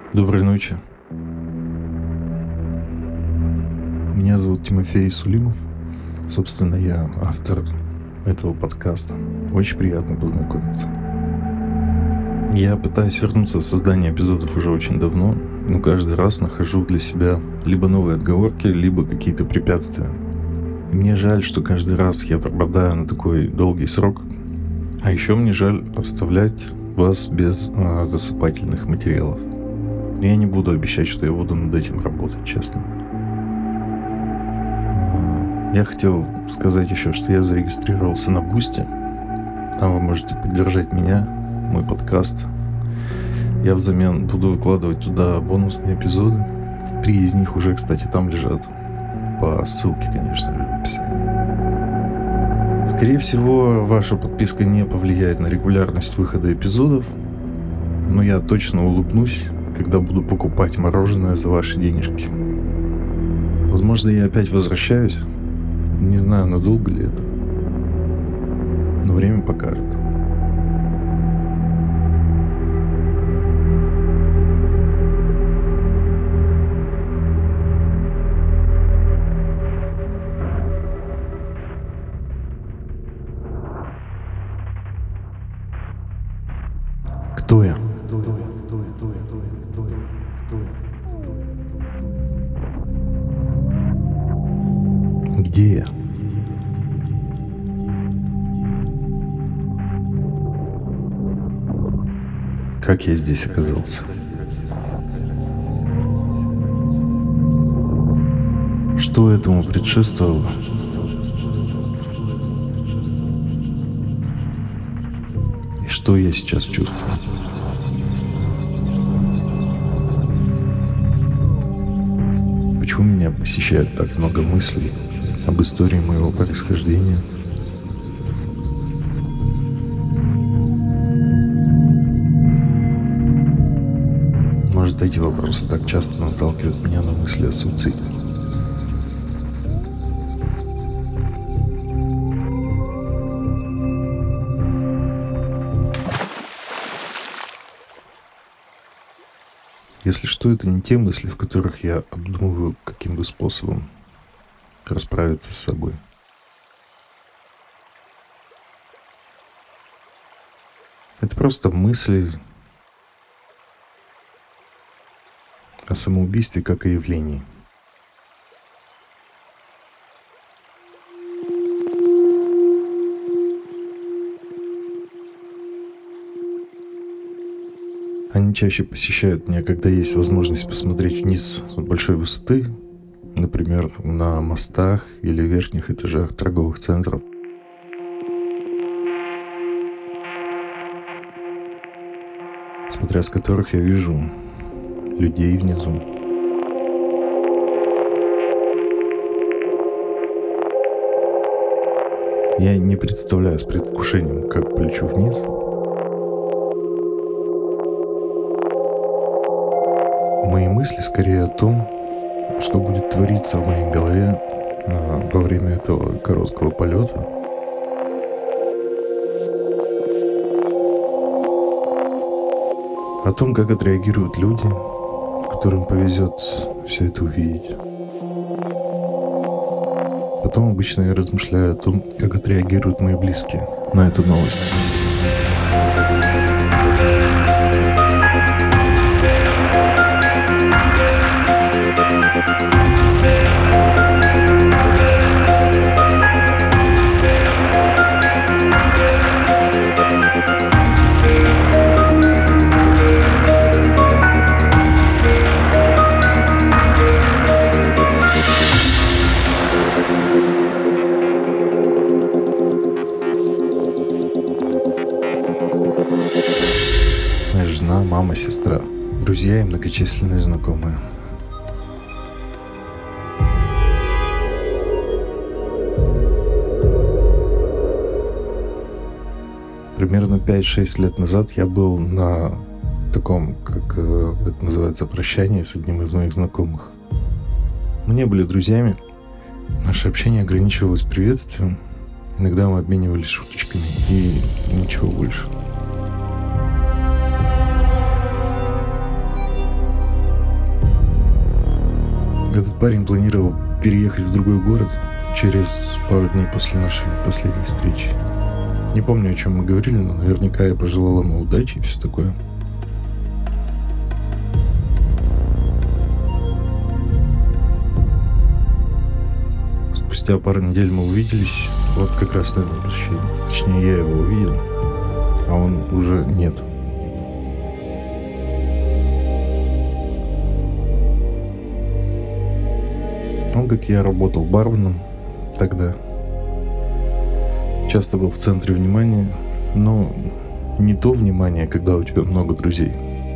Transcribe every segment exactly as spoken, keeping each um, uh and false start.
Доброй ночи. Меня зовут Тимофей Сулимов. Собственно, я автор этого подкаста. Очень приятно познакомиться. Я пытаюсь вернуться в создание эпизодов уже очень давно, но каждый раз нахожу для себя либо новые отговорки, либо какие-то препятствия. И мне жаль, что каждый раз я пропадаю на такой долгий срок. А еще мне жаль оставлять вас без а, засыпательных материалов. Я не буду обещать, что я буду над этим работать, честно. Я хотел сказать еще, что я зарегистрировался на Бусти. Там вы можете поддержать меня, мой подкаст. Я взамен буду выкладывать туда бонусные эпизоды. Три из них уже, кстати, там лежат. По ссылке, конечно же, в описании. Скорее всего, ваша подписка не повлияет на регулярность выхода эпизодов. Но я точно улыбнусь, когда буду покупать мороженое за ваши денежки. Возможно, я опять возвращаюсь. Не знаю, надолго ли это. Но время покажет. Кто я? Где я? Как я здесь оказался? Что этому предшествовало? И что я сейчас чувствую? Почему меня посещает так много мыслей об истории моего происхождения? Может, эти вопросы так часто наталкивают меня на мысли о суициде? Если что, это не те мысли, в которых я обдумываю, каким бы способом расправиться с собой. Это просто мысли о самоубийстве как о явлении. Они чаще посещают меня, когда есть возможность посмотреть вниз с большой высоты, например, на мостах или верхних этажах торговых центров. Смотря с которых я вижу людей внизу. Я не представляю с предвкушением, как полечу вниз. Мои мысли скорее о том, что будет твориться в моей голове а, во время этого короткого полета. О том, как отреагируют люди, которым повезет все это увидеть. Потом обычно я размышляю о том, как отреагируют мои близкие на эту новость. Моя жена, мама, сестра, друзья и многочисленные знакомые. Примерно пять-шесть лет назад я был на таком, как э, это называется, прощании с одним из моих знакомых. Мы не были друзьями, наше общение ограничивалось приветствием, иногда мы обменивались шуточками и ничего больше. парень планировал переехать в другой город через пару дней после нашей последней встречи. Не помню, о чем мы говорили, но наверняка я пожелал ему удачи и все такое. Спустя пару недель мы увиделись, вот как раз на этом прощании. Точнее, я его увидел, а он уже нет. Он, как и я, работал барменом тогда. Часто был в центре внимания, но не то внимание, когда у тебя много друзей.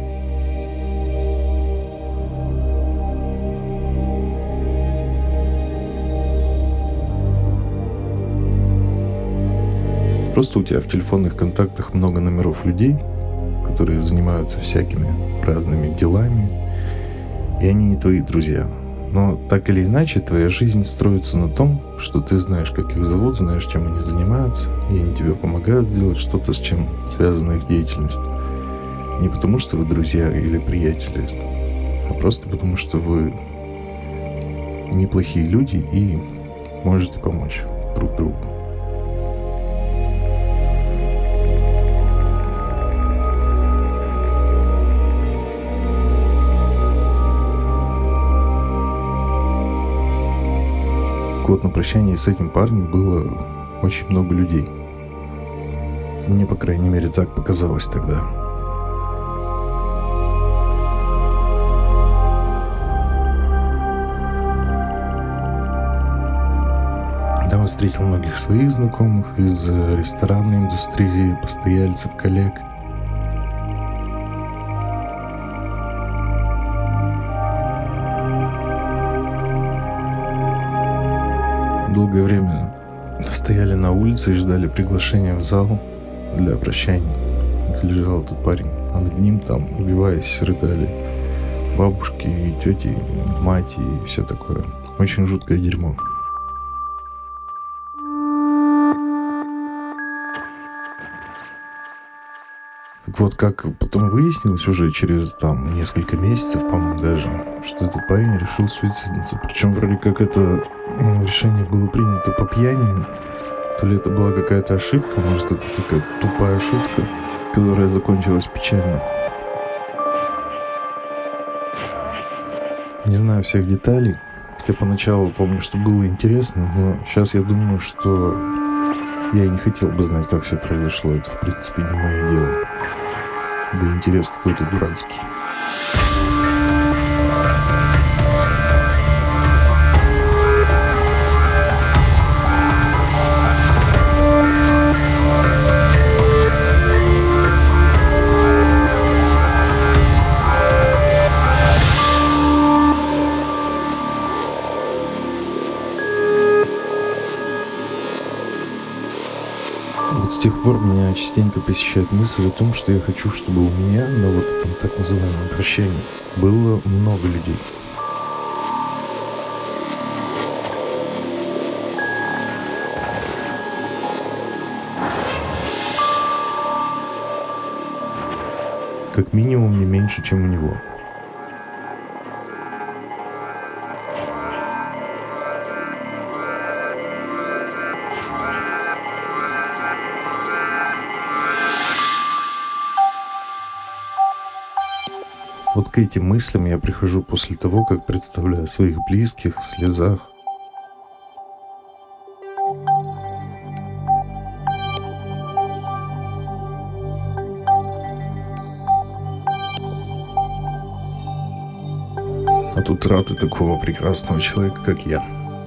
Просто у тебя в телефонных контактах много номеров людей, которые занимаются всякими разными делами, и они не твои друзья. Но так или иначе, твоя жизнь строится на том, что ты знаешь, как их зовут, знаешь, чем они занимаются, и они тебе помогают делать что-то, с чем связана их деятельность. Не потому, что вы друзья или приятели, а просто потому, что вы неплохие люди и можете помочь друг другу. Вот на прощании с этим парнем было очень много людей. Мне, по крайней мере, так показалось тогда. Я встретил многих своих знакомых из ресторанной индустрии, постояльцев, коллег. Долгое время стояли на улице и ждали приглашения в зал для прощания, где лежал этот парень. А над ним там, убиваясь, рыдали бабушки, и тети, и мать и все такое. Очень жуткое дерьмо. Так вот, как потом выяснилось уже через там несколько месяцев, по-моему, даже, что этот парень решил суициднуться. Причем вроде как это ну, решение было принято по пьяни. То ли это была какая-то ошибка, может, это такая тупая шутка, которая закончилась печально. Не знаю всех деталей, хотя поначалу помню, что было интересно, но сейчас я думаю, что я и не хотел бы знать, как все произошло. Это, в принципе, не мое дело. Да и интерес какой-то дурацкий. Вот с тех пор меня частенько посещает мысль о том, что я хочу, чтобы у меня на вот этом так называемом прощании было много людей. Как минимум не меньше, чем у него. Вот к этим мыслям я прихожу после того, как представляю своих близких в слезах. От утраты такого прекрасного человека, как я.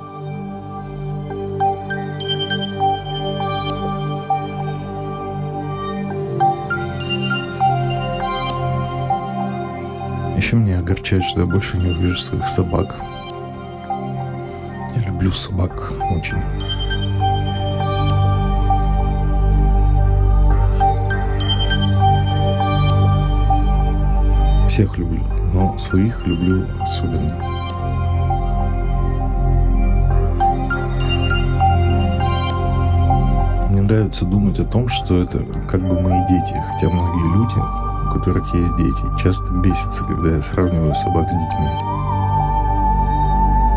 Еще меня огорчает, что я больше не увижу своих собак. Я люблю собак очень. Всех люблю, но своих люблю особенно. Мне нравится думать о том, что это как бы мои дети, хотя многие люди, у которых есть дети, часто бесятся, когда я сравниваю собак с детьми.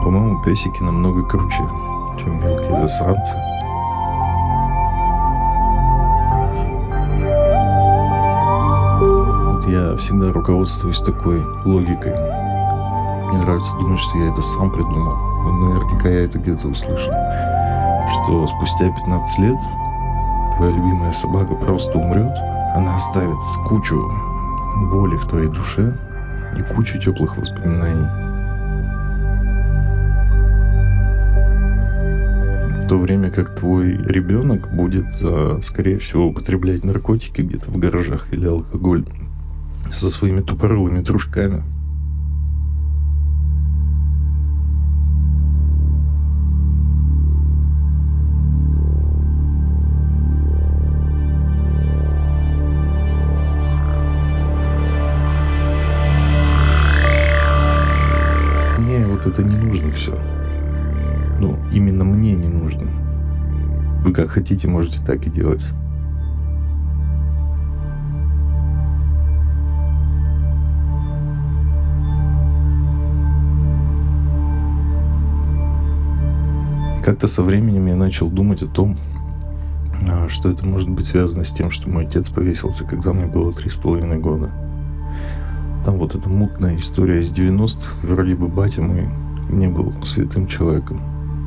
По-моему, песики намного круче, чем мелкие засранцы. Вот я всегда руководствуюсь такой логикой. Мне нравится думать, что я это сам придумал. Но наверняка я это где-то услышал. Что спустя пятнадцать лет твоя любимая собака просто умрет. Она оставит кучу боли в твоей душе и кучу теплых воспоминаний. В то время как твой ребенок будет, скорее всего, употреблять наркотики где-то в гаражах или алкоголь со своими тупорылыми дружками. Мне вот это не нужно все. Ну, именно мне не нужно. Вы как хотите, можете так и делать. Как-то со временем я начал думать о том, что это может быть связано с тем, что мой отец повесился, когда мне было три с половиной года. Там вот эта мутная история из девяностых, вроде бы батя мой не был святым человеком.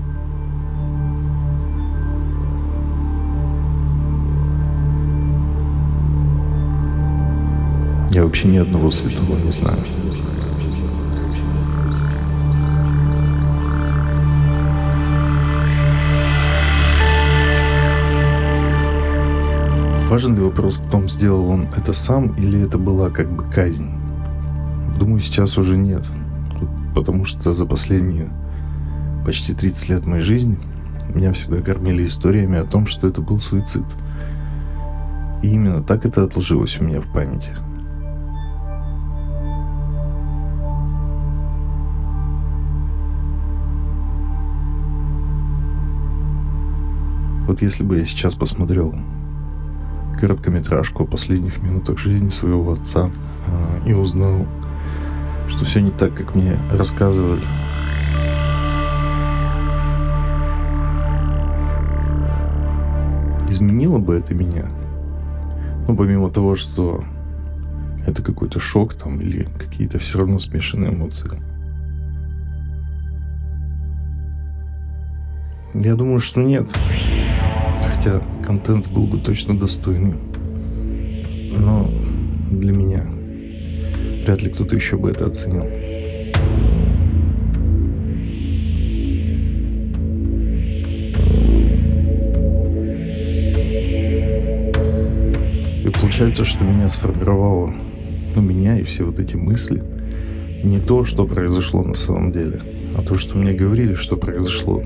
Я вообще ни одного святого не знаю. Важен ли вопрос в том, сделал он это сам или это была как бы казнь? Думаю, сейчас уже нет. Потому что за последние почти тридцать лет моей жизни меня всегда кормили историями о том, что это был суицид. И именно так это отложилось у меня в памяти. Вот если бы я сейчас посмотрел короткометражку о последних минутах жизни своего отца э, и узнал, что все не так, как мне рассказывали, изменило бы это меня? Ну, помимо того, что это какой-то шок там или какие-то все равно смешанные эмоции. Я думаю, что нет. Хотя контент был бы точно достойный. Но для меня вряд ли кто-то еще бы это оценил. И получается, что меня сформировало, ну, меня и все вот эти мысли, не то, что произошло на самом деле, а то, что мне говорили, что произошло.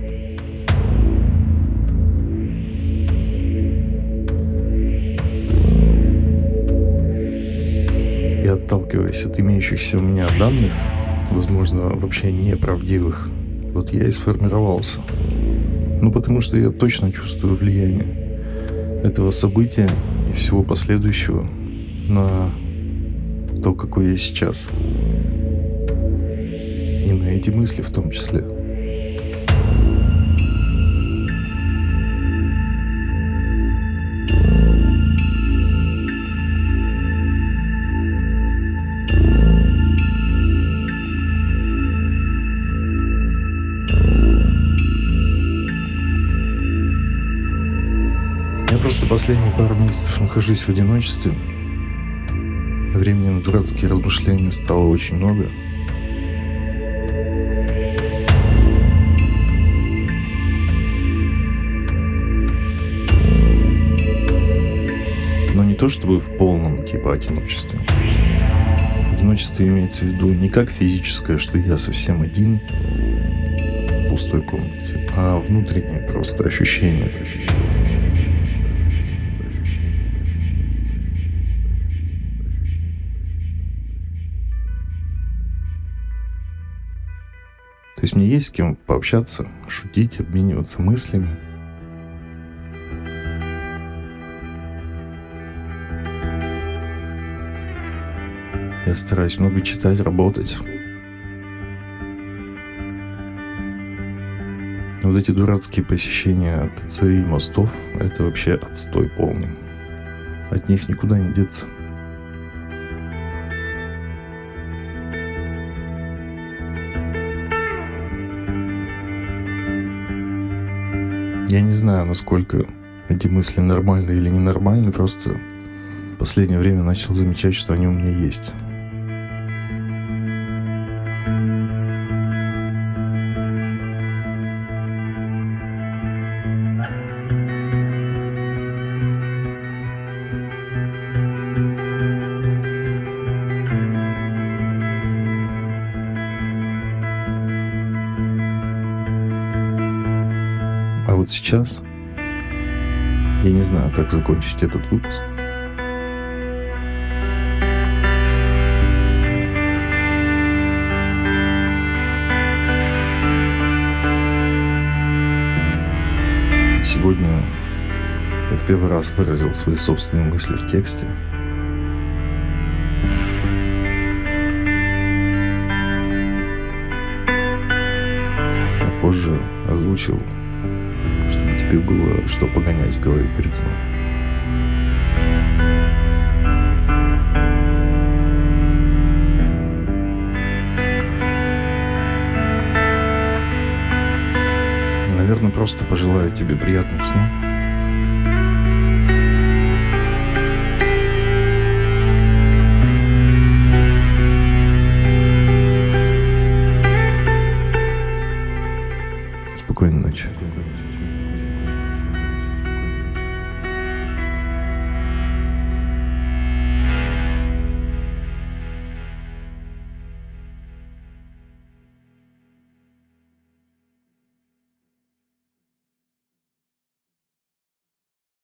И отталкиваясь от имеющихся у меня данных, возможно, вообще неправдивых, вот я и сформировался. Ну, потому что я точно чувствую влияние этого события и всего последующего на то, какой я сейчас. И на эти мысли в том числе. Я просто последние пару месяцев нахожусь в одиночестве. Времени на дурацкие размышления стало очень много. Но не то чтобы в полном типа одиночестве. Одиночество имеется в виду не как физическое, что я совсем один в пустой комнате, а внутреннее просто ощущение. То есть мне есть с кем пообщаться, шутить, обмениваться мыслями. Я стараюсь много читать, работать. Вот эти дурацкие посещения ТЦ и мостов — это вообще отстой полный. От них никуда не деться. Я не знаю, насколько эти мысли нормальны или ненормальны, просто в последнее время начал замечать, что они у меня есть. А вот сейчас я не знаю, как закончить этот выпуск. Сегодня я в первый раз выразил свои собственные мысли в тексте. А позже озвучил, чтобы тебе было что погонять в голове перед сном. Наверное, просто пожелаю тебе приятных снов.